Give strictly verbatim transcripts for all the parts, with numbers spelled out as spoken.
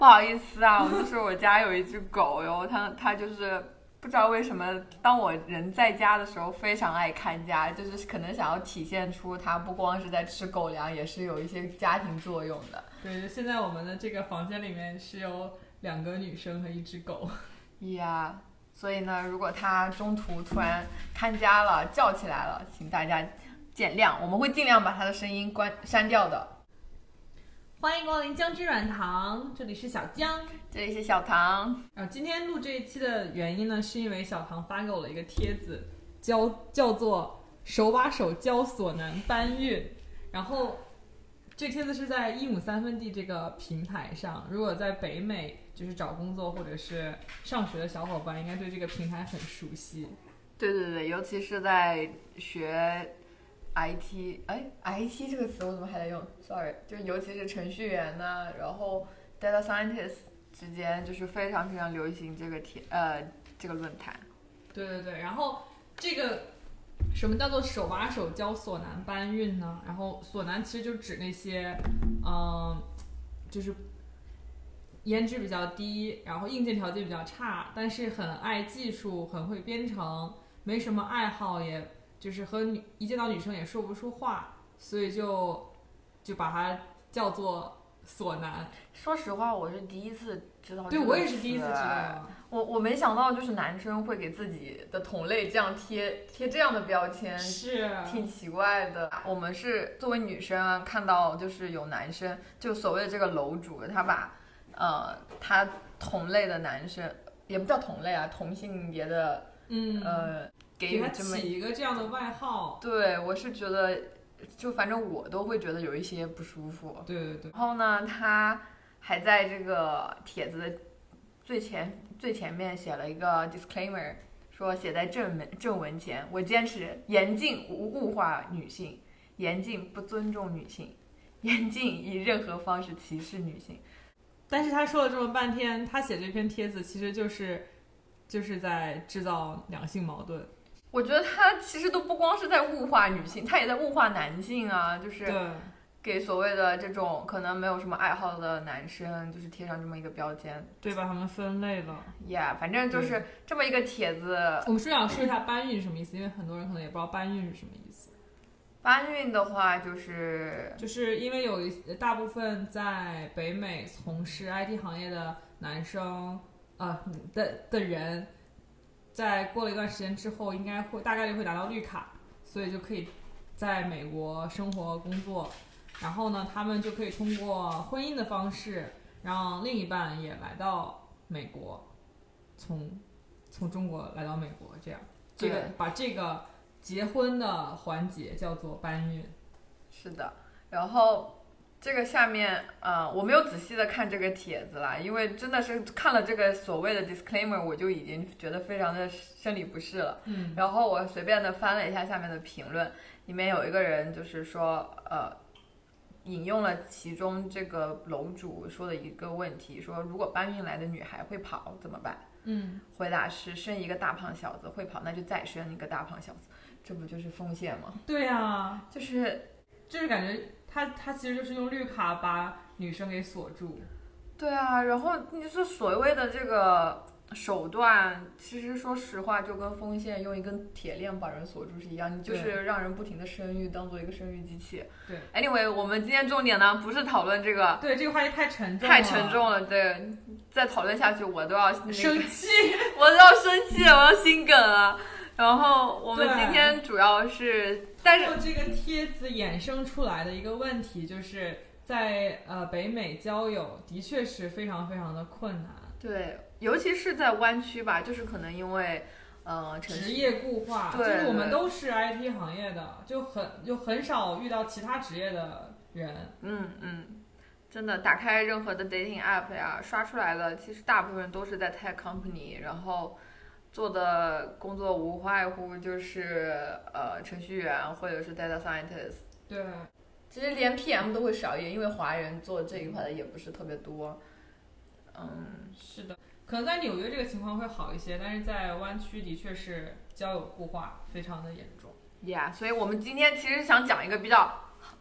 不好意思啊，我就是我家有一只狗哟，它它就是不知道为什么，当我人在家的时候非常爱看家，就是可能想要体现出它不光是在吃狗粮，也是有一些家庭作用的。 对，现在我们的这个房间里面是有两个女生和一只狗。 呀、yeah, 所以呢，如果它中途突然看家了，叫起来了，请大家见谅，我们会尽量把它的声音关删掉的。 欢迎光临姜汁软糖，这里是小姜， 这里是小唐。 然后今天录这一期的原因呢，是因为小唐发给我了一个帖子，叫叫做手把手教锁男搬运。然后这帖子是在一亩三分地这个平台上，如果在北美就是找工作或者是上学的小伙伴，应该对这个平台很熟悉。 对对对，尤其是在学I T， 哎 ，I T 这个词我怎么还在用 ？Sorry， 就尤其是程序员呢，然后 data scientist 之间就是非常非常流行这个帖呃这个论坛。 对对对，然后这个什么叫做手把手教锁男搬运呢？然后锁男其实就指那些，嗯，就是颜值比较低，然后硬件条件比较差，但是很爱技术，很会编程，没什么爱好，也。就是和女一见到女生也说不出话，所以就就把它叫做锁男。 说实话，我是第一次知道这个词。 对，我也是第一次知道。 我我没想到，就是男生会给自己的同类这样贴贴这样的标签， 是挺奇怪的。我们是作为女生看到，就是有男生，就所谓的这个楼主，他把呃他同类的男生，也不叫同类啊，同性别的， 嗯呃。 给他起一个这样的外号， 对，我是觉得，就反正我都会觉得有一些不舒服。 对对对。 然后呢，他还在这个帖子的最前最前面写了一个 disclaimer， 说写在正文正文前，我坚持严禁无物化女性，严禁不尊重女性，严禁以任何方式歧视女性。 但是他说了这么半天，他写这篇帖子其实就是就是在制造两性矛盾。 我觉得他其实都不光是在物化女性，他也在物化男性啊，就是给所谓的这种可能没有什么爱好的男生，就是贴上这么一个标签， 对，把他们分类了。 呀、yeah, 反正就是这么一个帖子。 我们是想说一下搬运是什么意思，因为很多人可能也不知道搬运是什么意思。 搬运的话，就是就是因为有一大部分在北美从事 I T 行业的男生啊、呃、的的人。在过了一段时间之后，应该会大概率会拿到绿卡，所以就可以在美国生活工作。然后呢，他们就可以通过婚姻的方式，让另一半也来到美国，从从中国来到美国，这样这个把这个结婚的环节叫做搬运。 是的，然后。这个下面，呃，我没有仔细的看这个帖子啦，因为真的是看了这个所谓的 disclaimer， 我就已经觉得非常的生理不适了。 嗯， 然后我随便的翻了一下下面的评论，里面有一个人就是说，呃，引用了其中这个楼主说的一个问题，说如果搬运来的女孩会跑怎么办？ 嗯， 回答是生一个大胖小子，会跑那就再生一个大胖小子，这不就是奉献吗？ 对啊， 就是就是感觉。他他其实就是用绿卡把女生给锁住。 对啊，然后你说所谓的这个手段，其实说实话就跟锋线用一根铁链把人锁住是一样，你就是让人不停的生育，当做一个生育机器。 对 ，anyway， 我们今天重点呢不是讨论这个， 对这个话题太沉重了， 太沉重了，对，再讨论下去我都要、那个、 生气， 我都要生气了，我要心梗了。然后我们今天主要是，但是这个帖子衍生出来的一个问题，就是在呃北美交友的确是非常非常的困难。 对，尤其是在湾区吧，就是可能因为呃职业固化， 对， 就是我们都是 I T 行业的，就很就很少遇到其他职业的人。 嗯嗯，真的，打开任何的 dating app 呀，刷出来的其实大部分都是在 tech company， 然后。做的工作无外乎就是呃程序员或者是 data scientist。 对， 其实连 P M 都会少一点，因为华人做这一块的也不是特别多。嗯， 是的，可能在纽约这个情况会好一些，但是在湾区的确是交友固化非常的严重。 Yeah， 所以我们今天其实想讲一个比较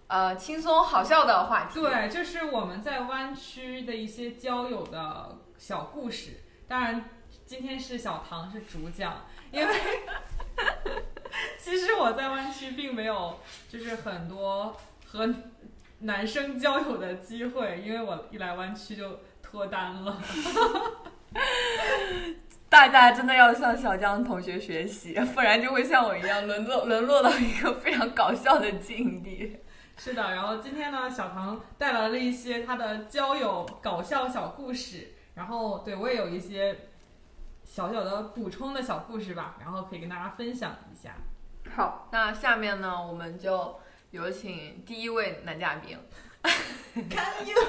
呃轻松好笑的话题。 对，就是我们在湾区的一些交友的小故事。当然，今天是小唐是主讲，因为其实我在湾区并没有就是很多和男生交友的机会，因为我一来湾区就脱单了。 大家真的要向小江同学学习，不然就会像我一样沦落沦落到一个非常搞笑的境地。 是的，然后今天呢，小唐带来了一些他的交友搞笑小故事，然后对我也有一些小小的补充的小故事吧，然后可以跟大家分享一下。 好，那下面呢，我们就有请第一位男嘉宾。 看你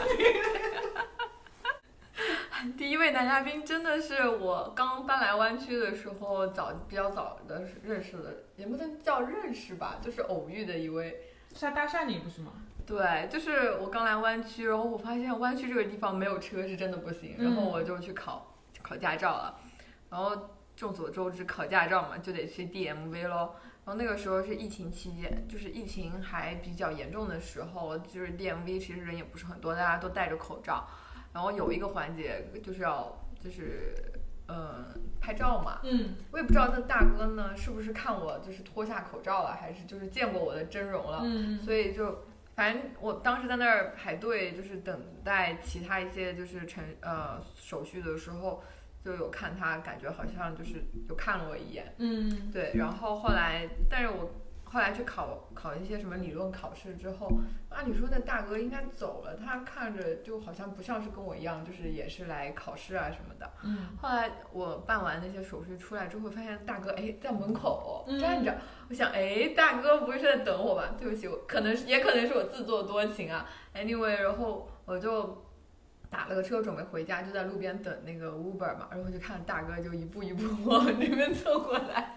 第一位男嘉宾真的是我刚搬来湾区的时候早比较早的认识的，也不能叫认识吧，就是偶遇的一位。 是他搭讪你不是吗？ 对，就是我刚来湾区，然后我发现湾区这个地方没有车是真的不行，然后我就去考、嗯、考驾照了。然后众所周知，考驾照嘛就得去 D M V 咯。然后那个时候是疫情期间，就是疫情还比较严重的时候，就是 D M V 其实人也不是很多，大家都戴着口罩。然后有一个环节就是要就是嗯拍照嘛， 嗯， 我也不知道那大哥呢是不是看我就是脱下口罩了，还是就是见过我的真容了， 嗯， 所以就反正我当时在那儿排队，就是等待其他一些就是程呃手续的时候，就有看他，感觉好像就是有看了我一眼， 嗯， 对，然后后来，但是我后来去考考一些什么理论考试之后，按理说那大哥应该走了，他看着就好像不像是跟我一样，就是也是来考试啊什么的。 嗯， 后来我办完那些手续出来之后，发现大哥哎在门口站着， 嗯、 我想哎大哥不会是在等我吧？对不起，我可能是也可能是我自作多情啊。Anyway， 然后我就打了个车准备回家，就在路边等那个 Uber 嘛，然后就看大哥就一步一步往这边走过来。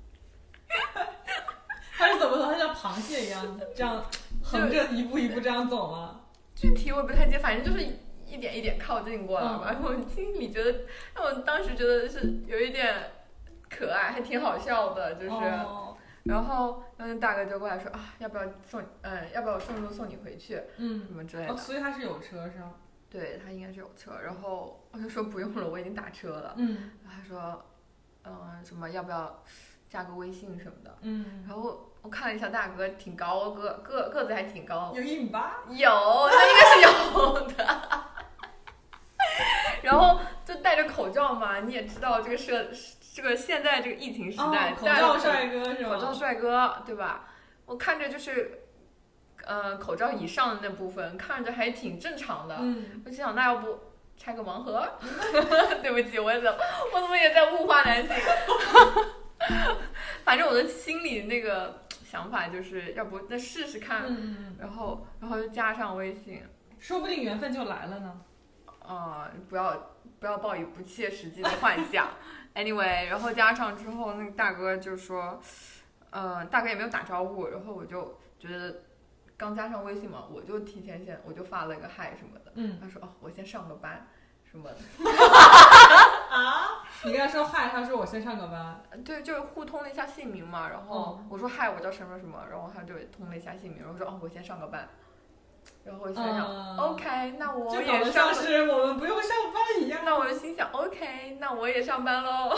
他是怎么走？他像螃蟹一样这样横着一步一步这样走吗？ 具体我也不太记得，反正就是一点一点靠近过来嘛。 嗯、 然后我心里觉得，让我当时觉得是有一点可爱，还挺好笑的，就是。 哦、 然后，然后那大哥就过来说啊，要不要送？嗯，要不要我顺路送你回去？ 嗯， 什么之类的。 哦，所以他是有车是吗？ 对，他应该是有车。然后我就说不用了，我已经打车了。 嗯。 他说，嗯，什么要不要加个微信什么的？ 嗯。 然后。我看了一下大哥，挺高个个个子还挺高， 有一米八， 有，他应该是有的。然后就戴着口罩嘛，你也知道这个社这个现在这个疫情时代， 哦、口罩帅哥是吧？ 口罩帅哥对吧？我看着就是，呃，口罩以上的那部分看着还挺正常的。 嗯， 我就想那要不拆个盲盒？对不起，我怎么我怎么也在物化男性？反正我的心里那个。想法就是要不那试试看， 嗯、 然后然后就加上微信， 说不定缘分就来了呢。 啊、呃，不要不要抱以不切实际的幻想。anyway， 然后加上之后，那个大哥就说，呃，大哥也没有打招呼，然后我就觉得刚加上微信嘛，我就提前先我就发了一个嗨什么的， 嗯， 他说哦，我先上个班什么的。 啊！你跟他说嗨，他说我先上个班。 对，就是互通了一下姓名嘛，然后我说嗨，我叫什么什么，然后他就通了一下姓名，然后说哦，我先上个班。然后我心想、嗯、，OK， 那我也上。 就搞得像是我们不用上班一样。 那我就心想 ，OK， 那我也上班喽。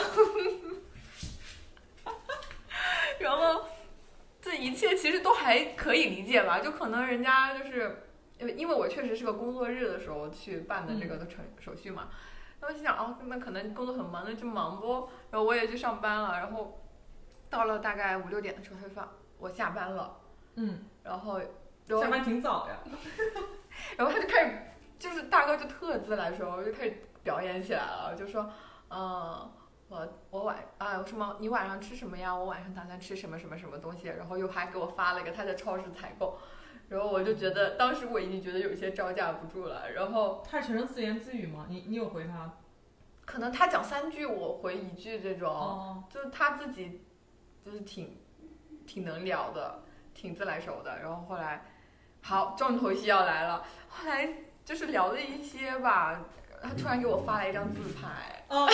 然后这一切其实都还可以理解吧，就可能人家就是因为因为我确实是个工作日的时候去办的这个的程手续嘛。嗯，然后心想哦，那可能工作很忙，那就忙不。然后我也去上班了，然后到了大概五六点的时候，他就说我下班了。 嗯， 然后下班挺早呀。 然后他就开始，就是大哥就特自来熟，就开始表演起来了，就说，嗯，我我晚啊什么，你晚上吃什么呀？我晚上打算吃什么什么什么东西，然后又还给我发了一个他在超市采购。然后我就觉得，当时我已经觉得有些招架不住了。然后他全程自言自语吗？你你有回他？ 可能他讲三句，我回一句这种， 哦、 就是他自己就是挺挺能聊的，挺自来熟的。然后后来，好，重头戏要来了。后来就是聊了一些吧，他突然给我发了一张自拍。 哦、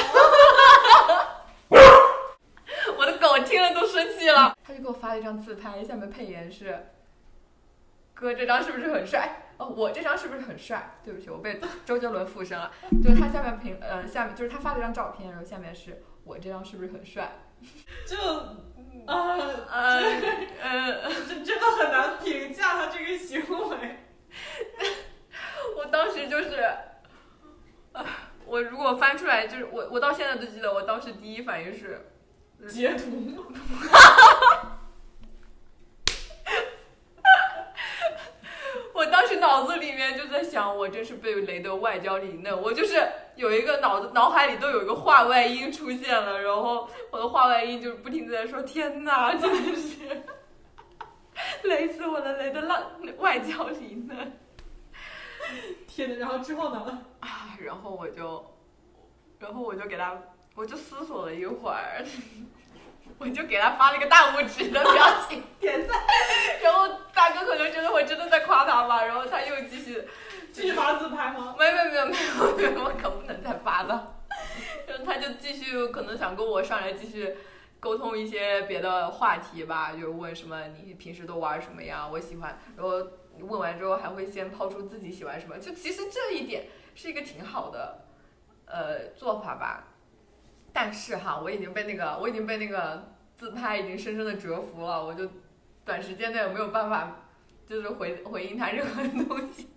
我的狗听了都生气了。他就给我发了一张自拍，下面配言是。 哥这张是不是很帅？哦，我这张是不是很帅？对不起，我被周杰伦附身了。就是他下面评呃下面就是他发了一张照片，然后下面是我这张是不是很帅？ 就呃呃呃， 这真的很难评价他这个行为。 我当时就是，呃，我如果翻出来，就是我我到现在都记得，我当时第一反应是截图。 我当时脑子里面就在想，我真是被雷的外焦里嫩，我就是有一个脑子脑海里都有一个话外音出现了，然后我的话外音就是不停地在说，天哪，真的是雷死我了，雷的浪外焦里嫩。 天哪！然后之后呢？ 啊，然后我就，然后我就给他，我就思索了一会儿。我就给他发了一个大拇指的表情点赞，然后大哥可能觉得我真的在夸他吧，然后他又继续继续发自拍吗？ 没有没有没有没有没有，我可不能再发了。然后他就继续可能想跟我上来继续沟通一些别的话题吧，就问什么你平时都玩什么呀，我喜欢，然后问完之后还会先抛出自己喜欢什么，就其实这一点是一个挺好的呃做法吧。但是哈，我已经被那个，我已经被那个自拍已经深深的折服了，我就短时间内没有办法，就是回回应他任何东西。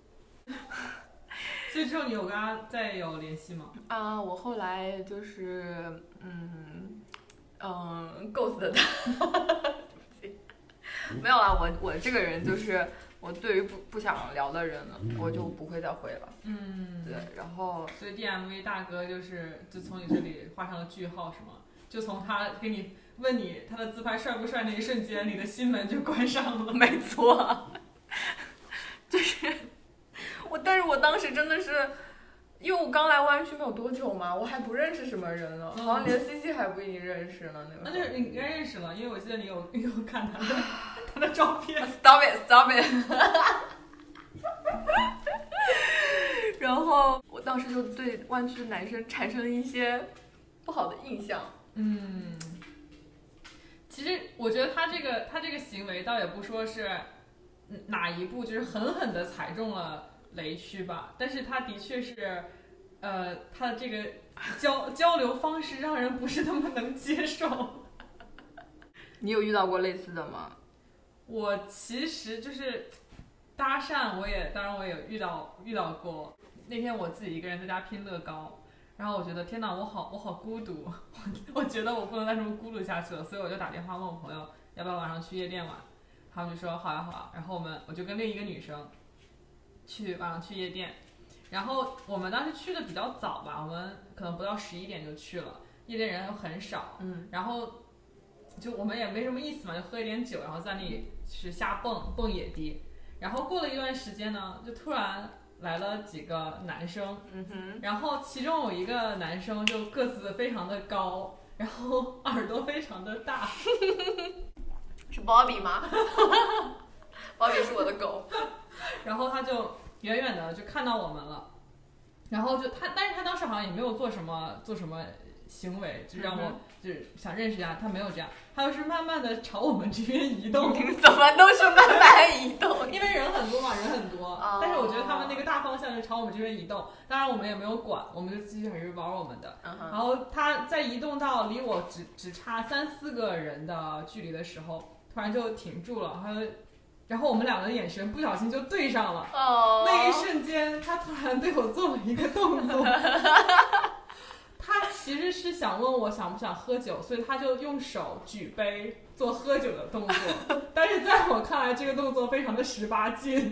所以之后你有跟他再有联系吗？ 啊，我后来就是嗯嗯 ghost 的他，没有啦，我我这个人就是。我对于不不想聊的人呢，我就不会再回了。 嗯， 对，然后所以 D M V 大哥就是就从你这里画上了句号是吗？就从他给你问你他的自拍帅不帅那一瞬间，你的心门就关上了。 没错，就是我，但是我当时真的是，因为我刚来湾区没有多久嘛，我还不认识什么人呢，好像连 C C 还不一定认识呢。那个， 那就是你应该认识了，因为我记得你有你有看他的他的照片。 Stop it, stop it 。然后我当时就对湾区的男生产生了一些不好的印象。 嗯，其实我觉得他这个他这个行为倒也不说是哪一步就是狠狠的踩中了雷区吧，但是他的确是，呃，他的这个交交流方式让人不是那么能接受。 你有遇到过类似的吗？ 我其实就是搭讪，我也当然我也遇到遇到过。那天我自己一个人在家拼乐高，然后我觉得天哪，我好我好孤独，我觉得我不能再这么孤独下去了，所以我就打电话问我朋友要不要晚上去夜店玩，他们就说好呀好呀，然后我们我就跟另一个女生去晚上去夜店，然后我们当时去的比较早吧，我们可能不到十一点就去了，夜店人又很少， 嗯， 然后就我们也没什么意思嘛，就喝一点酒，然后在那里是瞎蹦蹦野迪，然后过了一段时间呢，就突然来了几个男生， 嗯哼， 然后其中有一个男生就个子非常的高，然后耳朵非常的大， 是 Bobby 吗？Bobby 是我的狗， 然后他就远远的就看到我们了，然后就他，但是他当时好像也没有做什么做什么行为，就让我就是想认识一下，他没有这样，他就是慢慢的朝我们这边移动， 怎么都是慢慢移动， 因为人很多嘛，人很多， 哦、 但是我觉得他们那个大方向是朝我们这边移动，当然我们也没有管，我们就继续还是玩我们的， 嗯、 然后他在移动到离我只只差三四个人的距离的时候，突然就停住了，他就。然后我们两个的眼神不小心就对上了， 哦、 那一瞬间他突然对我做了一个动作，他其实是想问我想不想喝酒，所以他就用手举杯做喝酒的动作，但是在我看来这个动作非常的十八禁。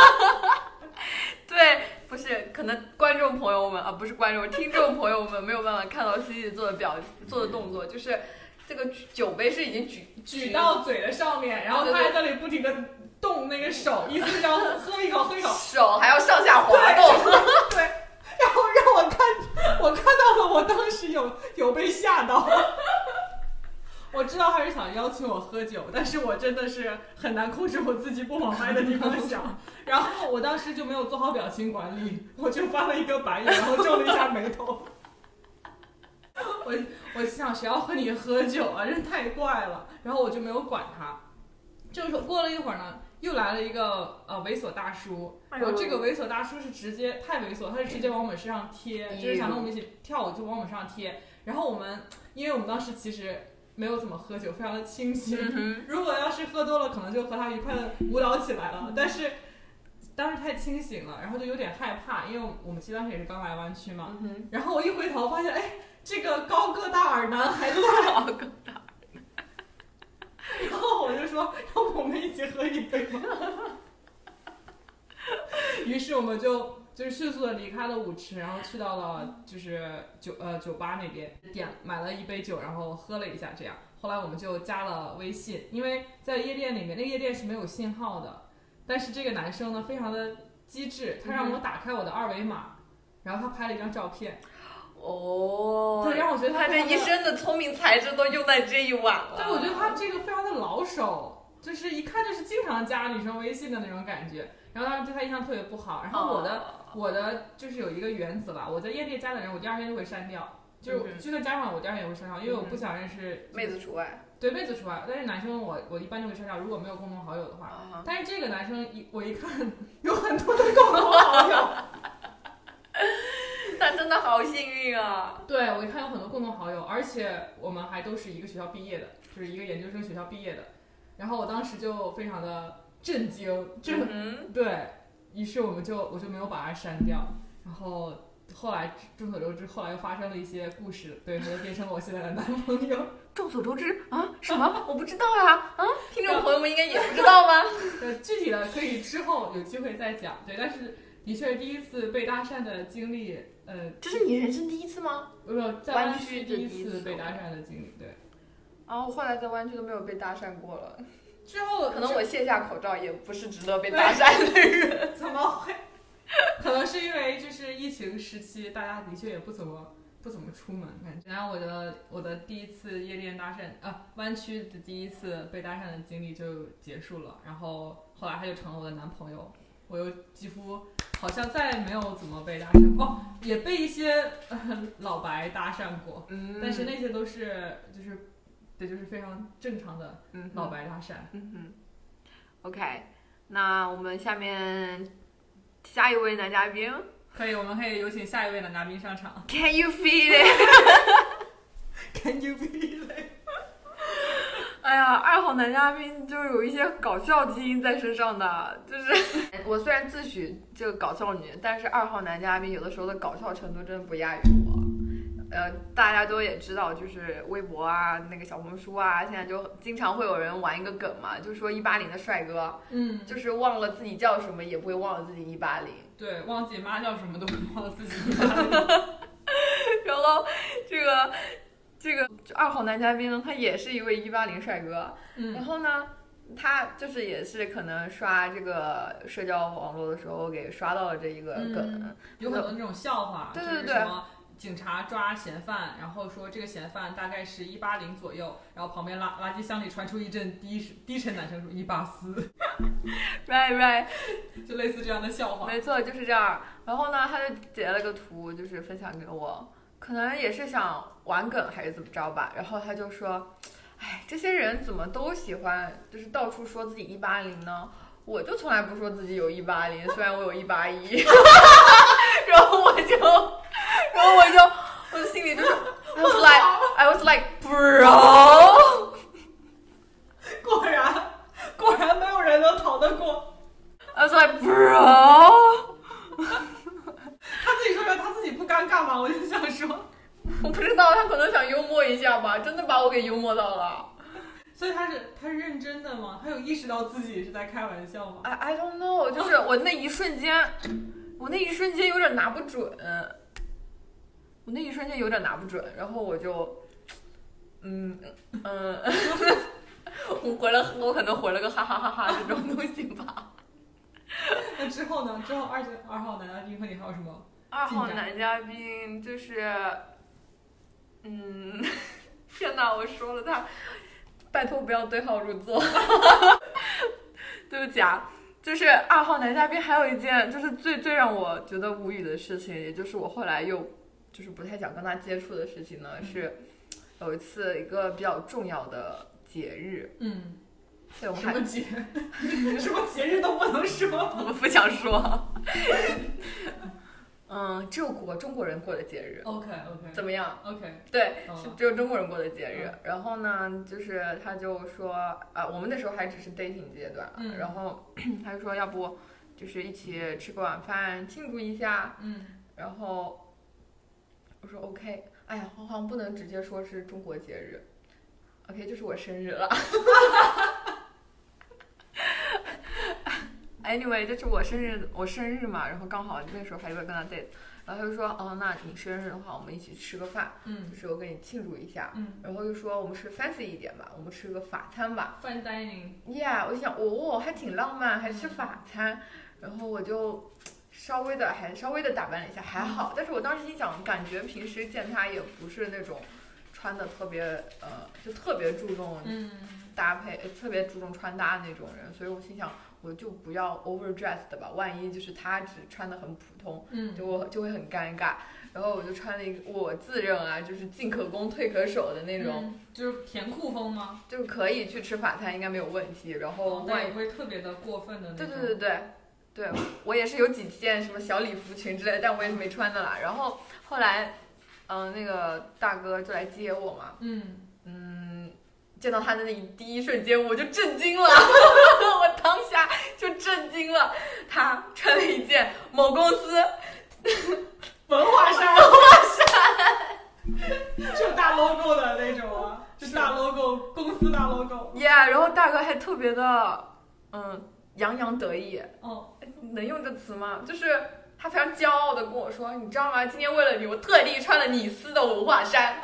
对，不是，可能观众朋友们啊，不是观众，听众朋友们没有办法看到 C C 做的表做的动作，就是这个酒杯是已经举举到嘴的上面，然后他还在那里不停的动那个手，意思是要喝一口喝一口， 手还要上下滑动， 对，对，然后让我看，我看到了，我当时有有被吓到。我知道他是想邀请我喝酒，但是我真的是很难控制我自己不往歪的地方想，然后我当时就没有做好表情管理，我就翻了一个白眼，然后皱了一下眉头。我我想谁要和你喝酒啊，人太怪了，然后我就没有管他。就是说过了一会儿呢， 又来了一个呃猥琐大叔，然后这个猥琐大叔是直接太猥琐，他是直接往我们身上贴，就是想跟我们一起跳舞就往我们身上贴。然后我们，因为我们当时其实没有怎么喝酒，非常的清醒。 嗯、 如果要是喝多了，可能就和他愉快的舞蹈起来了。但是当时太清醒了，然后就有点害怕，因为我们其实当时也是刚来湾区嘛。 嗯、 然后我一回头发现，哎，这个高个大耳男还在。 高个大。 然后我就说，要不我们一起喝一杯吧。于是我们就就是迅速的离开了舞池，然后去到了就是酒呃酒吧那边，点买了一杯酒，然后喝了一下，这样。后来我们就加了微信，因为在夜店里面，那个夜店是没有信号的。但是这个男生呢，非常的机智，他让我打开我的二维码，然后他拍了一张照片。 哦， 对，让我觉得他这一身的聪明才智都用在这一晚了。 对，我觉得他这个非常的老手，就是一看就是经常加女生微信的那种感觉。然后当时对他印象特别不好。然后我的、oh. 我的就是有一个原则吧，我在夜店加的人，我第二天就会删掉，就是、mm-hmm. 就算加上我第二天也会删掉，因为我不想认识、 妹子除外。 对，妹子除外，但是男生我我一般就会删掉，如果没有共同好友的话。Uh-huh. 但是这个男生一我一看有很多的共同好友。 他真的好幸运啊！ 对，我一看有很多共同好友，而且我们还都是一个学校毕业的，就是一个研究生学校毕业的。然后我当时就非常的震惊，震、 嗯、 对于是我们就我就没有把它删掉。然后后来众所周知，后来又发生了一些故事，对，他就变成了我现在的男朋友。 众所周知啊？什么？我不知道呀！啊，听众朋友们应该也不知道吗？ 对，具体的可以之后有机会再讲。对，但是的确第一次被搭讪的经历。呃， 这是你人生第一次吗？ 不是，在湾区第一次被搭讪的经历，对。 然后后来在湾区都没有被搭讪过了。 之后可能我卸下口罩也不是值得被搭讪的人。 怎么会？可能是因为就是疫情时期，大家的确也不怎么不怎么出门，感觉。然后我的我的第一次夜店搭讪啊，湾区的第一次被搭讪的经历就结束了。然后后来他就成了我的男朋友，我又几乎。好像再没有怎么被搭讪过，哦，也被一些、呃、老白搭讪过、嗯，但是那些都是就是对，就是非常正常的老白搭讪。 嗯哼 ，OK， 那我们下面下一位男嘉宾， 可以，我们可以有请下一位男嘉宾上场。 Can you feel it? Can you feel it? 哎呀，二号男嘉宾就是有一些搞笑基因在身上的，就是我虽然自诩这个搞笑女，但是二号男嘉宾有的时候的搞笑程度真的不亚于我。呃，大家都也知道，就是微博啊，那个小红书啊，现在就经常会有人玩一个梗嘛，就是说一八零的帅哥， 嗯， 就是忘了自己叫什么，也不会忘了自己一八零。 对，忘记妈叫什么都会忘了自己一八零。 然后这个。这个二号男嘉宾呢，他也是一位一八零帅哥、 嗯， 然后呢，他就是也是可能刷这个社交网络的时候给刷到了这一个梗， 嗯、有很多那种笑话， 对对对， 就是什么警察抓嫌犯，然后说这个嫌犯大概是一八零左右，然后旁边垃垃圾箱里传出一阵低低沉男声说一八四 ，right right， 就类似这样的笑话， 没错，就是这样。然后呢，他就截了个图，就是分享给我。可能也是想玩梗还是怎么着吧，然后他就说，哎，这些人怎么都喜欢就是到处说自己一八零呢？我就从来不说自己有一八零，虽然我有一八一。然后我就，然后我就，我的心里就是 I was like I was like bro， 果然果然没有人能逃得过。 I was like bro。 他自己说他自己不尴尬吗？我就想说， 我不知道，他可能想幽默一下吧，真的把我给幽默到了。 所以他是他是认真的吗？他有意识到自己是在开玩笑吗 ？I I don't know， 就是我那一瞬间，我那一瞬间有点拿不准，我那一瞬间有点拿不准，然后我就，嗯嗯，我回了，我可能回了个哈哈哈哈这种东西吧。 那之后呢？之后二二号男嘉宾和你还有什么？ 二号男嘉宾就是，嗯，天哪！我说了他，拜托不要对号入座。对不起啊，就是二号男嘉宾还有一件就是最最让我觉得无语的事情，也就是我后来又就是不太想跟他接触的事情呢，嗯、是有一次一个比较重要的节日， 嗯。 对，我们还什么节？什么节日都不能说。 我们不想说。嗯，只有国中国人过的节日。 OK OK。 怎么样 ？OK。 对， 嗯、 是只有中国人过的节日。 嗯、 然后呢，就是他就说，啊，我们那时候还只是 dating 阶段， 嗯、 然后他就说，要不就是一起吃个晚饭庆祝一下。 嗯。 然后我说 OK， 哎呀，好像不能直接说是中国节日。OK， 就是我生日了。Anyway， 就是我生日，我生日嘛，然后刚好那时候还有个跟他 date， 然后他就说，哦，那你生日的话，我们一起吃个饭， 嗯， 就是我给你庆祝一下， 嗯， 然后又说我们吃 fancy 一点吧，我们吃个法餐吧 ，fine dining。 Yeah， 我想，哦，还挺浪漫，还吃法餐，然后我就稍微的还稍微的打扮了一下，还好，但是我当时心想，感觉平时见他也不是那种穿的特别呃，就特别注重搭配， 嗯、 特别注重穿搭那种人，所以我心想。我就不要 overdressed 的吧，万一就是他只穿的很普通， 嗯， 就我就会很尴尬。然后我就穿了一个，我自认啊，就是进可攻退可守的那种， 嗯、就是甜酷风吗？ 就是可以去吃法餐，应该没有问题。然后万一、哦、不会特别的过分的那种。 对对对对对，我也是有几件什么小礼服裙之类的，但我也是没穿的啦。然后后来，嗯、呃，那个大哥就来接我嘛， 嗯嗯。见到他的那一第一瞬间，我就震惊了，我当下就震惊了。他穿了一件某公司文化衫， 文化衫，就大 logo 的那种啊，就大 logo， 公司大 logo。Yeah， 然后大哥还特别的，嗯，洋洋得意。 哦， 能用这词吗？就是他非常骄傲的跟我说，你知道吗？今天为了你，我特地穿了你司的文化衫。啊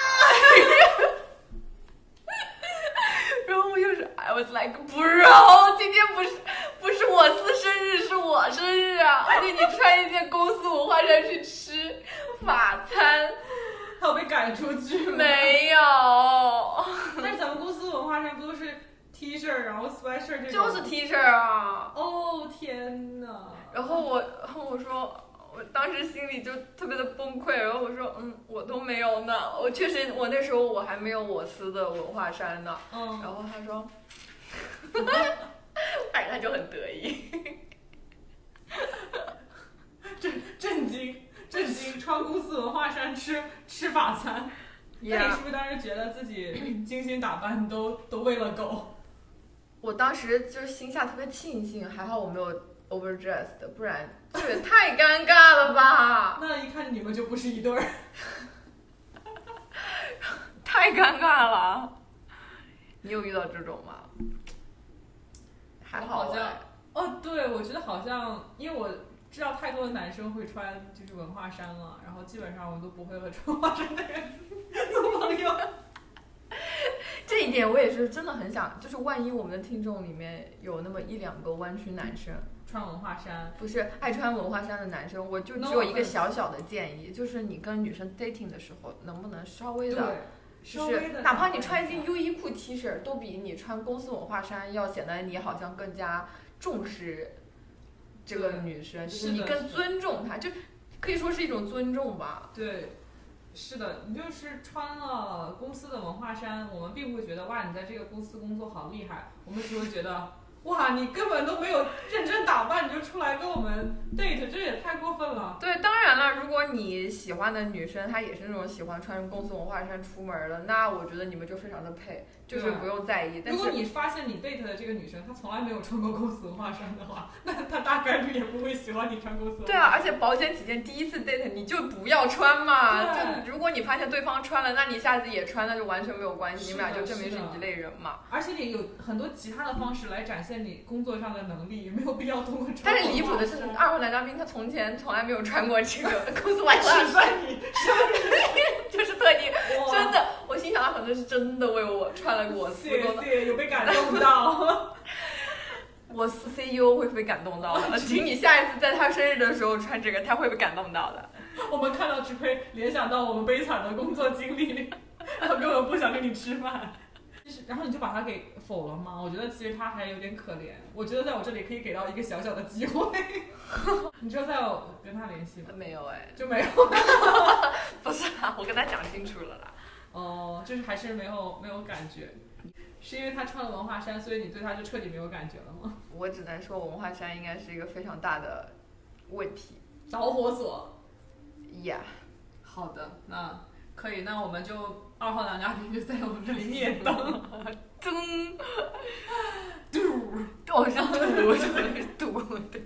然后我又是 I was like bro， 今天不是不是我司生日，是我生日啊！而且你穿一件公司文化衫去吃法餐， 他有被赶出去吗？ 没有。 但是咱们公司文化衫不都是 T 恤，然后 sweatshirt 这种？ 就是 T 恤啊！ 哦天哪！ 然后我，然后我说。我当时心里就特别的崩溃，然后我说，嗯，我都没有呢，我确实，我那时候我还没有我司的文化衫呢。 嗯。 然后他说，反正他就很得意。 震震惊震惊！穿公司文化衫吃吃法餐， yeah. 那你是不是当时觉得自己精心打扮都都为了狗？ 我当时就是心下特别庆幸，还好我没有。overdressed 的，不然这也太尴尬了吧？ 那一看你们就不是一对儿， 太尴尬了。你有遇到这种吗？还好像哦，对，我觉得好像，因为我知道太多的男生会穿就是文化衫了，然后基本上我都不会和穿文化衫的人做朋友。 这一点我也是真的很想，就是万一我们的听众里面有那么一两个湾区男生。 穿文化衫不是爱穿文化衫的男生，我就只有一个小小的建议， no, 就是你跟女生 dating 的时候，能不能稍微的，就是哪怕你穿一件优衣库 T 恤，都比你穿公司文化衫要显得你好像更加重视这个女生，就是你更尊重她，就可以说是一种尊重吧。 对，是的，你就是穿了公司的文化衫，我们并不会觉得哇，你在这个公司工作好厉害，我们只会觉得。哇，你根本都没有认真打扮，你就出来跟我们 date， 这也太过分了。 对，当然了，如果你喜欢的女生她也是那种喜欢穿公司文化衫出门的，那我觉得你们就非常的配，就是不用在意。但是如果你发现你 date 的这个女生她从来没有穿过公司文化衫的话，那她大概率也不会喜欢你穿公司文化衫。 对啊，而且保险起见，第一次 date 你就不要穿嘛。就如果你发现对方穿了，那你下次也穿，那就完全没有关系，你们俩就证明是一类人嘛。 而且你有很多其他的方式来展现你工作上的能力，没有必要通过穿。 但是离谱的是，二号男嘉宾他从前从来没有穿过这个公司文化衫， 算你， 就是特地，真的，我心想他可能是真的为我穿了我司工作， 有被感动到。 我司 C E O 会被感动到的，请你下一次在他生日的时候穿这个，他会被感动到的。 我们看到只会联想到我们悲惨的工作经历，然后根本不想跟你吃饭。然后你就把他给否了吗？我觉得其实他还有点可怜。我觉得在我这里可以给到一个小小的机会。你之后再有跟他联系吗？ 没有哎， 就没有。 不是啦，我跟他讲清楚了啦。 哦，就是还是没有没有感觉。 是因为他穿了文化衫，所以你对他就彻底没有感觉了吗？ 我只能说文化衫应该是一个非常大的问题。 导火索。 Yeah。 好的，那可以，那我们就二号男嘉宾就在我们这里灭灯。 噔，嘟，我是嘟，是嘟，对。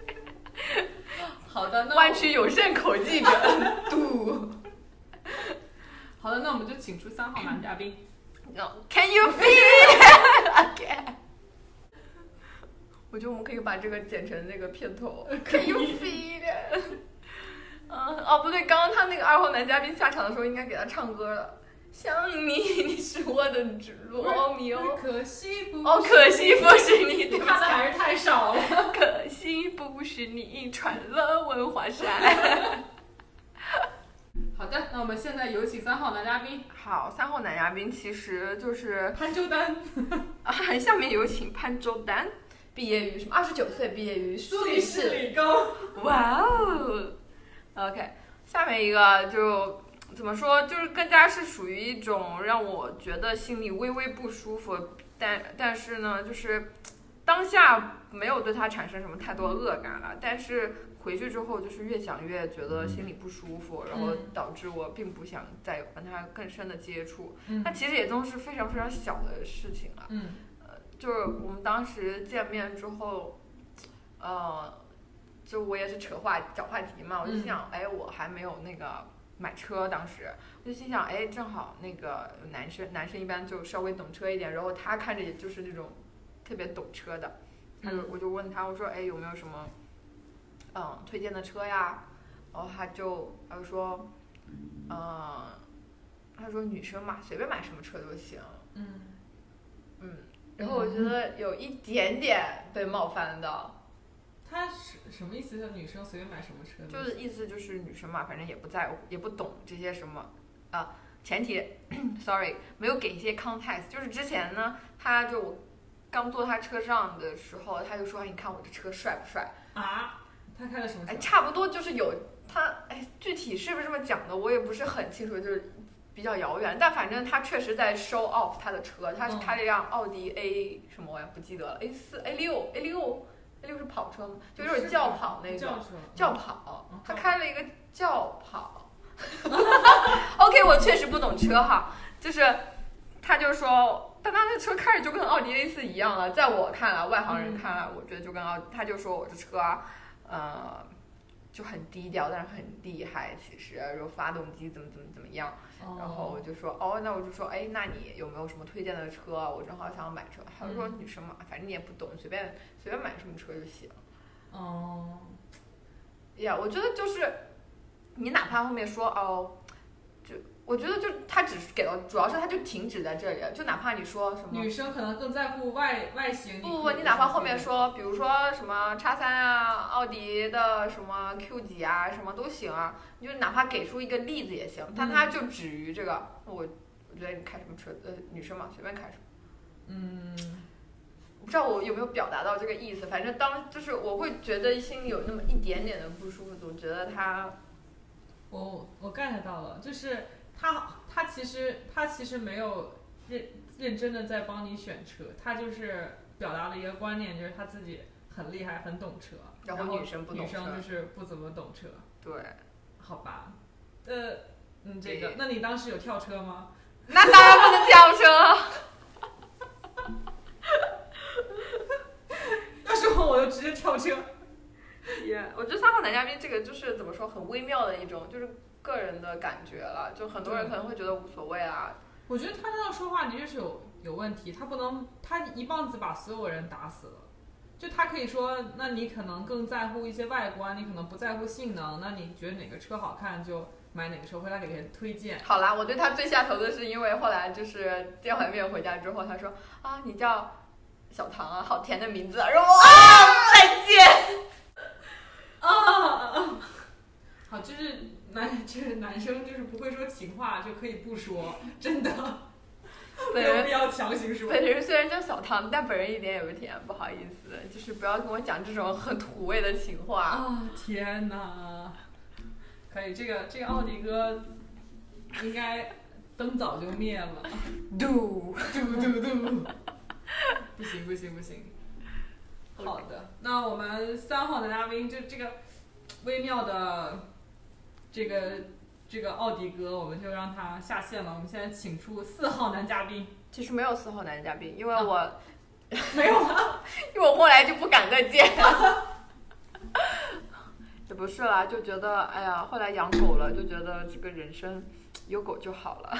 好的，那湾区有限口技者嘟。 好的，那我们就请出三号男嘉宾。 No，Can you feel it again？ 我觉得我们可以把这个剪成那个片头。Can you feel it？ 嗯，哦不对，刚刚他那个二号男嘉宾下场的时候应该给他唱歌了。想你，你是我的罗密欧。 可惜不是。 哦，可惜不是你。 你看的还是太少了。 可惜不是你穿了文化衫。 好的，那我们现在有请三号男嘉宾。 好，三号男嘉宾其实就是潘周丹。 啊，下面有请潘周丹，毕业于什么？二十九岁，毕业于苏黎世理工。 哇哦 ！OK， 下面一个就怎么说，就是更加是属于一种让我觉得心里微微不舒服，但但是呢，就是当下没有对他产生什么太多恶感了，但是回去之后就是越想越觉得心里不舒服，然后导致我并不想再跟他更深的接触。那、嗯、其实也都是非常非常小的事情了。 嗯， 呃，就是我们当时见面之后，呃，就我也是扯话找话题嘛，我就想，哎、嗯，我还没有那个买车，当时我就心想，哎，正好那个男生男生一般就稍微懂车一点，然后他看着也就是那种特别懂车的，他就、嗯、我就问他，我说，哎，有没有什么？嗯，推荐的车呀，然后他就他就说，嗯，他说女生嘛，随便买什么车都行。 嗯嗯，然后我觉得有一点点被冒犯到。 他是什么意思？叫女生随便买什么车？ 就是意思就是女生嘛，反正也不在乎，也不懂这些什么啊。前提，sorry， 没有给一些 context。就是之前呢，他就我刚坐他车上的时候，他就说：“哎，你看我这车帅不帅？” 啊。他开的什么车？ 哎，差不多就是有他，哎，具体是不是这么讲的，我也不是很清楚，就是比较遥远。但反正他确实在 show off 他的车，他是开了一辆奥迪 A 什么我也不记得了 ，A 四、A 六、A 六、A 六是跑车吗？就有点轿跑那种。轿跑，嗯、他开了一个轿跑。OK， 我确实不懂车哈，就是他就说。但他这车开着就跟奥迪 A 四一样了，在我看来，外行人看来，我觉得就跟奥，他就说我这车啊，呃，就很低调，但是很厉害，其实，然后发动机怎么怎么怎么样，然后我就说，哦，那我就说，哎，那你有没有什么推荐的车？我正好想买车。他就说女生嘛，反正你也不懂，随便随便买什么车就行。 哦， 呀，我觉得就是，你哪怕后面说哦。我觉得就他只是给了，主要是他就停止在这里，就哪怕你说什么女生可能更在乎外外形， 不不，你哪怕后面说，比如说什么叉三啊，奥迪的什么 Q 几啊，什么都行啊，你就哪怕给出一个例子也行，但他就止于这个，我我觉得你开什么车，呃，女生嘛，随便开什么， 嗯， 我不知道我有没有表达到这个意思，反正当就是我会觉得心里有那么一点点的不舒服，总觉得他， 我我 get 到了，就是。他他其实他其实没有认认真的在帮你选车，他就是表达了一个观念，就是他自己很厉害，很懂车， 然后女生不懂车， 女生就是不怎么懂车。 对， 好吧，呃，嗯，这个，那你当时有跳车吗？ 那当然不能跳车。 要是我，我就直接跳车。 Yeah, 我觉得三号男嘉宾这个就是怎么说，很微妙的一种，就是。个人的感觉了，就很多人可能会觉得无所谓啊。 我觉得他这样说话的确是有有问题，他不能他一棒子把所有人打死了。就他可以说，那你可能更在乎一些外观，你可能不在乎性能，那你觉得哪个车好看就买哪个车，回来给人推荐。 好啦，我对他最下头的是因为后来就是见完面回家之后，他说啊，你叫小唐啊，好甜的名字啊，然后啊，再见。 啊，好，就是男，就是男生就是不会说情话就可以不说，真的。没有必要强行说。 本人虽然叫小唐，但本人一点也不甜，不好意思，就是不要跟我讲这种很土味的情话。 啊，天哪！可以，这个这个奥迪哥应该灯早就灭了， 嘟嘟嘟嘟，不行不行不行。好的，那我们三号男嘉宾就这个微妙的这个这个奥迪哥，我们就让他下线了。我们现在请出四号男嘉宾。 其实没有四号男嘉宾，因为我、啊、 没有啊， 因为我后来就不敢再见。也不是啦，就觉得哎呀，后来养狗了，就觉得这个人生有狗就好了。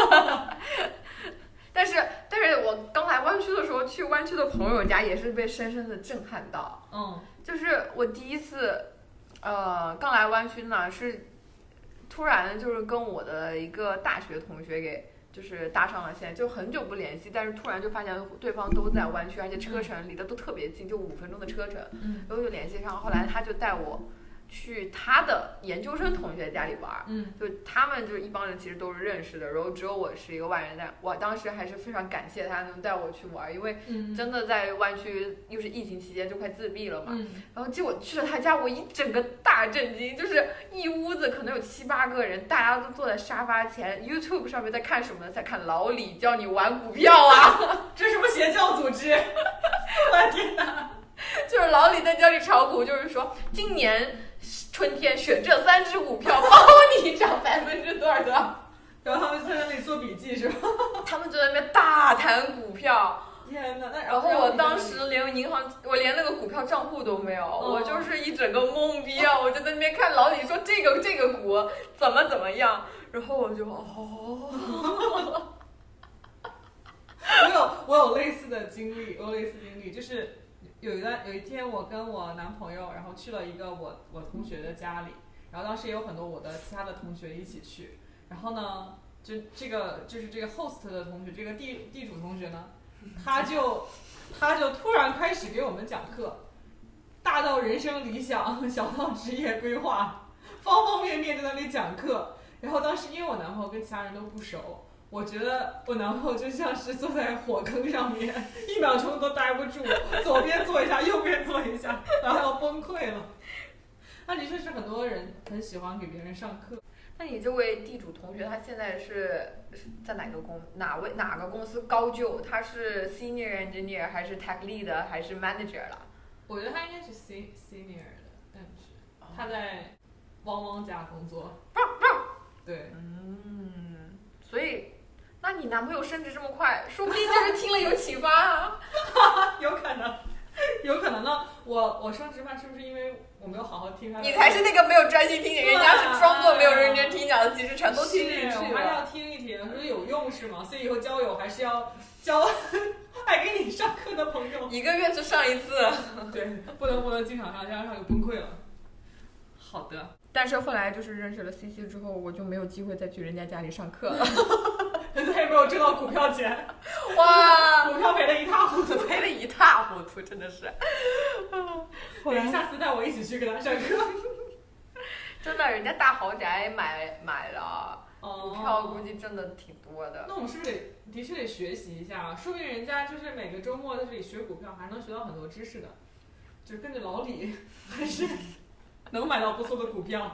但是，但是我刚来湾区的时候，去湾区的朋友家也是被深深的震撼到。 嗯， 就是我第一次，呃，刚来湾区呢，是突然就是跟我的一个大学同学给就是搭上了线，就很久不联系，但是突然就发现对方都在湾区，而且车程离得都特别近，就五分钟的车程， 嗯， 然后就联系上。后来他就带我去他的研究生同学家里玩， 嗯， 就他们就是一帮人，其实都是认识的，然后只有我是一个外人。但我当时还是非常感谢他能带我去玩，因为真的在湾区又是疫情期间就快自闭了嘛。 嗯， 然后结果去了他家，我一整个大震惊，就是一屋子可能有七八个人，大家都坐在沙发前 ，YouTube 上面在看什么呢？在看老李教你玩股票啊！ 这是什么邪教组织？我的天哪！ 就是老李在教你炒股，就是说今年春天选这三只股票，包你涨百分之多少多少。 然后他们在那里做笔记是吧？ 他们就在那边大谈股票。 天哪！那然后我当时连银行，我连那个股票账户都没有， 哦、 我就是一整个懵逼啊！我就在那边看老李说这个这个股怎么怎么样，然后我就哦。 我有我有类似的经历，我有类似经历，就是有一段有一天我跟我男朋友，然后去了一个我我同学的家里，然后当时也有很多我的其他的同学一起去，然后呢，就这个就是这个 host 的同学，这个地地主同学呢，他就他就突然开始给我们讲课，大到人生理想，小到职业规划，方方面面在那里讲课。然后当时因为我男朋友跟其他人都不熟。我觉得我男朋友就像是坐在火坑上面，一秒钟都待不住，左边坐一下，右边坐一下，然后要崩溃了。那的确是很多人很喜欢给别人上课。 那你这位地主同学，他现在是在哪个公哪位哪个公司高就？他是 senior engineer 还是 tech lead 还是 manager 了？ 我觉得他应该是 senior 的，但是他在汪汪家工作。对， 嗯，所以。那你男朋友升职这么快，说不定就是听了有启发啊。 有可能，有可能呢。我我升职慢是不是因为我没有好好听他？ 你才是那个没有专心听讲，人家是装作没有认真听讲的，其实全都听进去了。 我还要听一听，说有用是吗？所以以后交友还是要交爱给你上课的朋友。 一个月就上一次。 对，不能不能经常上，这样上就崩溃了。好的。 但是后来就是认识了 C C 之后，我就没有机会再去人家家里上课了。 再也没有挣到股票钱， 哇， 股票赔了一塌糊涂， 赔了一塌糊涂，真的是。 后来下次带我一起去给他上课。 真的，人家大豪宅买买了，股票估计挣的挺多的。 那我们是不是得的确得学习一下？说不定人家就是每个周末在这里学股票，还能学到很多知识的，就是跟着老李，还是能买到不错的股票。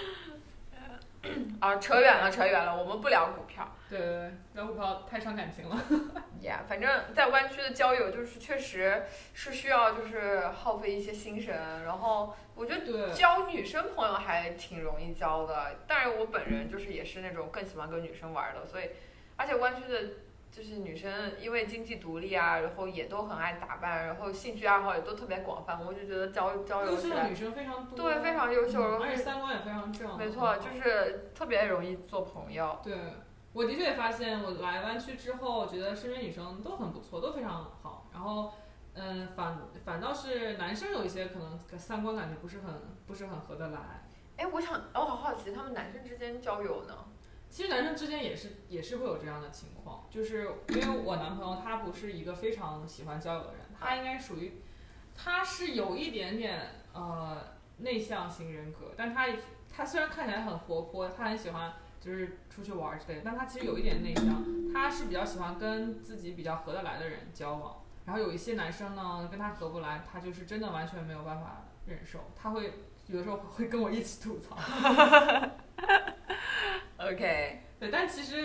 啊，扯远了，扯远了，我们不聊股票。 对对对，聊股票太伤感情了。 呀， yeah, 反正在湾区的交友就是确实是需要就是耗费一些心神，然后我觉得交女生朋友还挺容易交的，但是我本人就是也是那种更喜欢跟女生玩的，所以而且湾区的就是女生因为经济独立啊，然后也都很爱打扮，然后兴趣爱好也都特别广泛，我就觉得交交友起来优秀的女生非常多， 对，非常优秀， 嗯、而且三观也非常正。 没错，就是特别容易做朋友。 对，我的确也发现，我来湾区之后，我觉得身边女生都很不错，都非常好。然后，嗯，反反倒是男生有一些可能三观感觉不是很不是很合得来。 哎，我想，我好好奇，他们男生之间交友呢？ 其实男生之间也是也是会有这样的情况，就是因为我男朋友他不是一个非常喜欢交友的人，他应该属于，他是有一点点呃内向型人格，但他他虽然看起来很活泼，他很喜欢就是出去玩之类的，但他其实有一点内向，他是比较喜欢跟自己比较合得来的人交往，然后有一些男生呢跟他合不来，他就是真的完全没有办法忍受，他会有的时候会跟我一起吐槽。 OK， 对，但其实我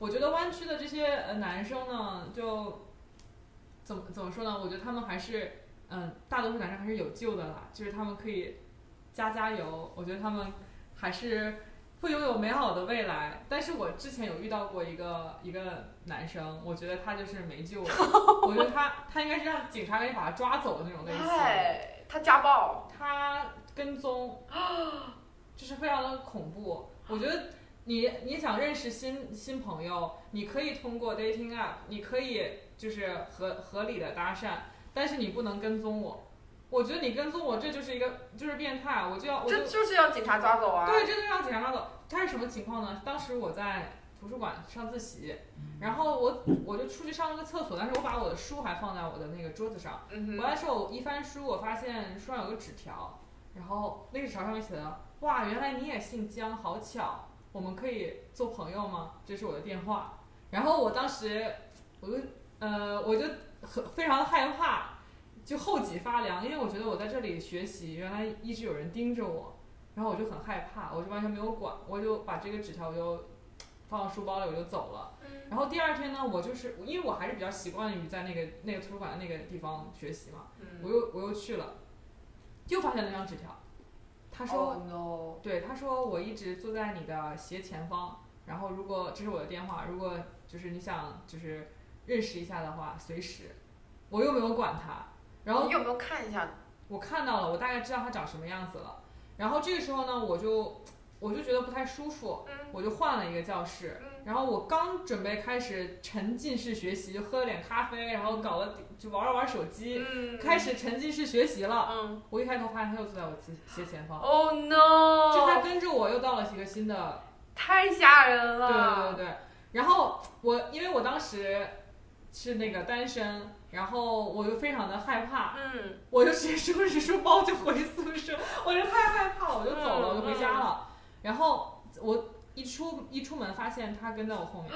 我觉得湾区的这些呃男生呢，就怎么怎么说呢？我觉得他们还是嗯，大多数男生还是有救的啦，就是他们可以加加油。我觉得他们还是会拥有美好的未来。但是我之前有遇到过一个一个男生，我觉得他就是没救了。我觉得他他应该是让警察赶紧把他抓走的那种类型。 哎，他家暴， 他跟踪，就是非常的恐怖。我觉得你你想认识新新朋友，你可以通过 dating app， 你可以就是合合理的搭讪，但是你不能跟踪我。我觉得你跟踪我，这就是一个就是变态，我就要我就这就是要警察抓走啊！ 对，这就是要警察抓走。他是什么情况呢？当时我在图书馆上自习，然后我我就出去上了个厕所，但是我把我的书还放在我的那个桌子上。 嗯、 回来时候我一翻书，我发现书上有个纸条，然后那个纸条上面写的：“哇，原来你也姓姜，好巧，我们可以做朋友吗？”这是我的电话。然后我当时我就呃我就很非常的害怕。就后脊发凉，因为我觉得我在这里学习，原来一直有人盯着我，然后我就很害怕，我就完全没有管，我就把这个纸条我就放到书包里，我就走了。然后第二天呢，我就是因为我还是比较习惯于在那个那个图书馆的那个地方学习嘛，我又我又去了，又发现了那张纸条，他说， oh, no. 对，他说我一直坐在你的斜前方，然后如果这是我的电话，如果就是你想就是认识一下的话，随时，我又没有管他。然后你有没有看一下？ 我看到了，我大概知道他长什么样子了。然后这个时候呢，我就我就觉得不太舒服， 嗯、 我就换了一个教室。 嗯、 然后我刚准备开始沉浸式学习，就喝了点咖啡，然后搞了就玩了玩手机， 嗯、 开始沉浸式学习了。 嗯、 我一抬头发现他又坐在我斜前方。 Oh no！ 就他跟着我又到了一个新的， 太吓人了。 对对对对。然后我因为我当时是那个单身。然后我就非常的害怕， 嗯， 我就直接收拾书包就回宿舍，我就太害怕，我就走了， 嗯、 我就回家了。嗯、然后我一出一出门，发现他跟在我后面。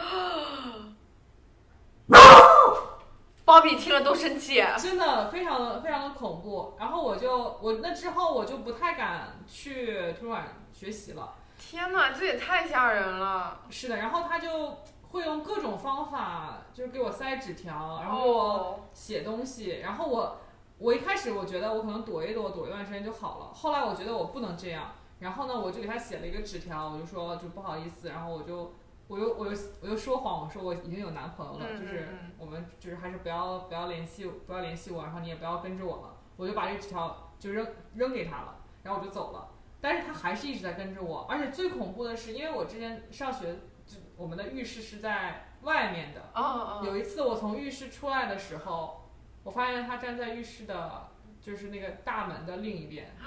鲍比听了都生气， 真的非常的非常的恐怖。然后我就我那之后我就不太敢去图书馆学习了。 天哪，这也太吓人了。 是的，然后他就。会用各种方法，就是给我塞纸条，然后给我写东西。Oh. 然后我，我一开始我觉得我可能躲一躲，躲一段时间就好了。后来我觉得我不能这样，然后呢，我就给他写了一个纸条，我就说就不好意思，然后我就，我又我又我又说谎，我说我已经有男朋友了， 嗯、 就是我们就是还是不要不要联系不要联系我，然后你也不要跟着我了。我就把这个纸条就扔扔给他了，然后我就走了。但是他还是一直在跟着我，而且最恐怖的是，因为我之前上学。我们的浴室是在外面的。 Oh, oh. 有一次我从浴室出来的时候，我发现他站在浴室的，就是那个大门的另一边。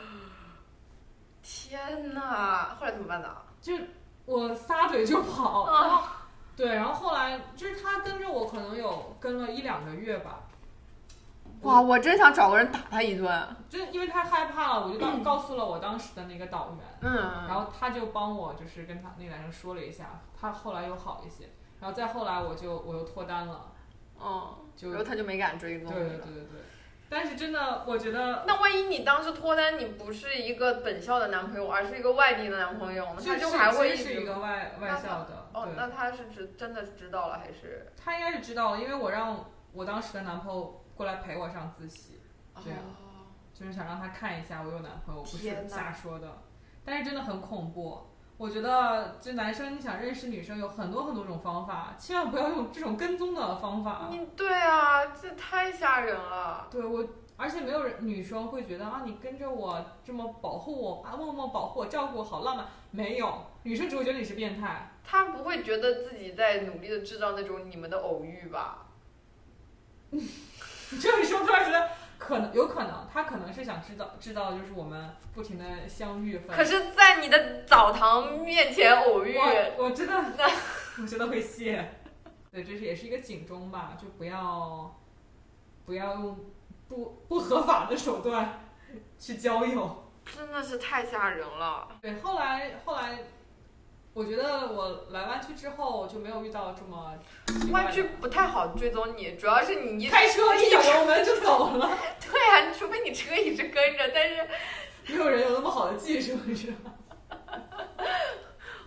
天哪！后来怎么办的？ 就我撒腿就跑。 Oh. 对，然后后来就是他跟着我，可能有跟了一两个月吧。 哇，我真想找个人打他一顿。 就因为他害怕了，我就告告诉了我当时的那个导员， 嗯， 然后他就帮我就是跟他那个男生说了一下，他后来又好一些，然后再后来我就我又脱单了， 嗯， 就然后他就没敢追踪。 对对对对对。但是真的，我觉得那万一你当时脱单，你不是一个本校的男朋友，而是一个外地的男朋友，他就还会一直是一个外外校的。 哦，那他是知真的知道了还是？ 他应该是知道了，因为我让我当时的男朋友过来陪我上自习。这样， 哦、 就是想让他看一下我有男朋友，不是瞎说的。但是真的很恐怖。我觉得这男生你想认识女生有很多很多种方法，千万不要用这种跟踪的方法。 你对啊，这太吓人了。 对我，而且没有人女生会觉得啊，你跟着我这么保护我啊，默默保护我、照顾我，好浪漫。没有，女生只会觉得你是变态。 她不会觉得自己在努力的制造那种你们的偶遇吧？ 你这么说，突然觉得。可能有可能，他可能是想制造制造，就是我们不停的相遇。 可是，在你的澡堂面前偶遇， 我我真的，我真的会谢。对，这是也是一个警钟吧，就不要不要用不不合法的手段去交友。 真的是太吓人了。 对，后来后来。我觉得我来湾区之后就没有遇到这么湾区不太好追踪你，主要是你一开车一脚油门就走了。 对啊，除非你车一直跟着，但是没有人有那么好的技术，是吧？ 湾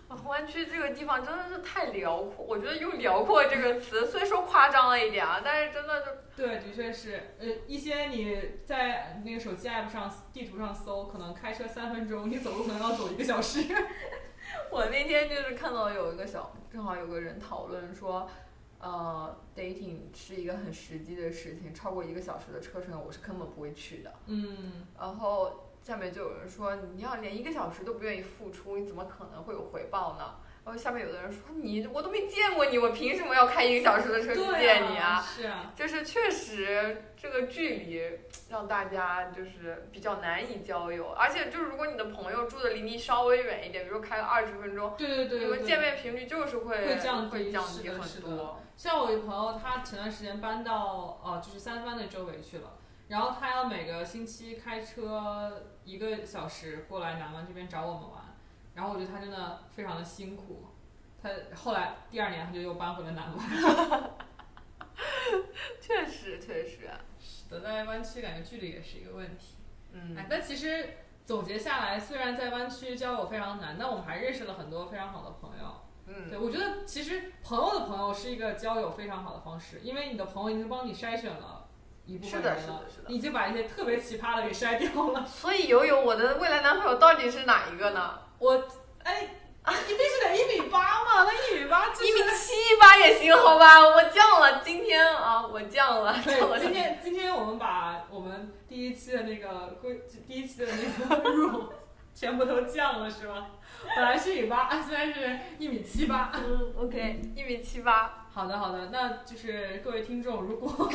区这个地方真的是太辽阔，我觉得用辽阔这个词虽说夸张了一点啊，但是真的就对，的确是，呃，一些你在那个手机 app 上地图上搜，可能开车三分钟，你走路可能要走一个小时。 我那天就是看到有一个小，正好有个人讨论说，呃，dating 是一个很实际的事情，超过一个小时的车程我是根本不会去的。 嗯， 然后下面就有人说，你要连一个小时都不愿意付出，你怎么可能会有回报呢？然后下面有的人说，你我都没见过你，我凭什么要开一个小时的车去见你啊？ 是啊， 就是确实这个距离让大家就是比较难以交友，而且就是如果你的朋友住的离你稍微远一点，比如说开个二十分钟， 对对对对， 你们见面频率就是会会降低， 会降低很是的多。 像我有朋友，他前段时间搬到呃就是三藩的周围去了，然后他要每个星期开车一个小时过来南湾这边找我们玩，然后我觉得他真的非常的辛苦。他后来第二年他就又搬回了南湾。 确实确实， 是的，在湾区感觉距离也是一个问题。 嗯， 哎，但其实总结下来，虽然在湾区交友非常难，但我们还认识了很多非常好的朋友。 嗯， 对，我觉得其实朋友的朋友是一个交友非常好的方式，因为你的朋友已经帮你筛选了一部分人了， 是的，是的，是的， 你已经把一些特别奇葩的给筛掉了。 所以友友，我的未来男朋友到底是哪一个呢？ 我，哎，你必须得一米八嘛，那一米八、就是， 一米七八也行，好吧？我降了，今天啊，我降了，降了。 今天今天我们把我们第一期的那个规，第一期的那个 rule 全部都降了，是吗？本来是一米八，现在是一米七八。 嗯 ，OK， 一米七八。 好的，好的，那就是各位听众，如果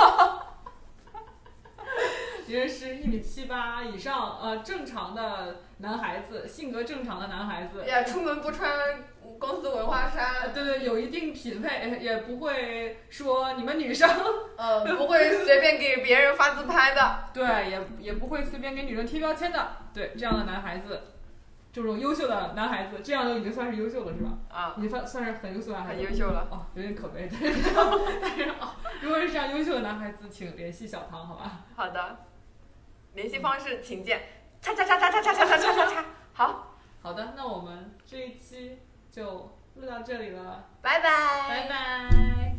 你认识一米七八以上，呃，正常的男孩子，性格正常的男孩子， 也出门不穿公司文化衫， 对对，有一定匹配，也不会说你们女生， 呃，不会随便给别人发自拍的， 对，也也不会随便给女生贴标签的，对，这样的男孩子。这种优秀的男孩子，这样就已经算是优秀了，是吧？ 啊， 已经算算是很优秀的男孩子， 很优秀了。 哦，有点可悲，对。但是啊，如果是这样优秀的男孩子，请联系小唐，好吧？ 好的，联系方式请见。叉叉叉叉叉叉叉叉叉叉叉。好， 好的，那我们这一期就录到这里了， 拜拜， 拜拜。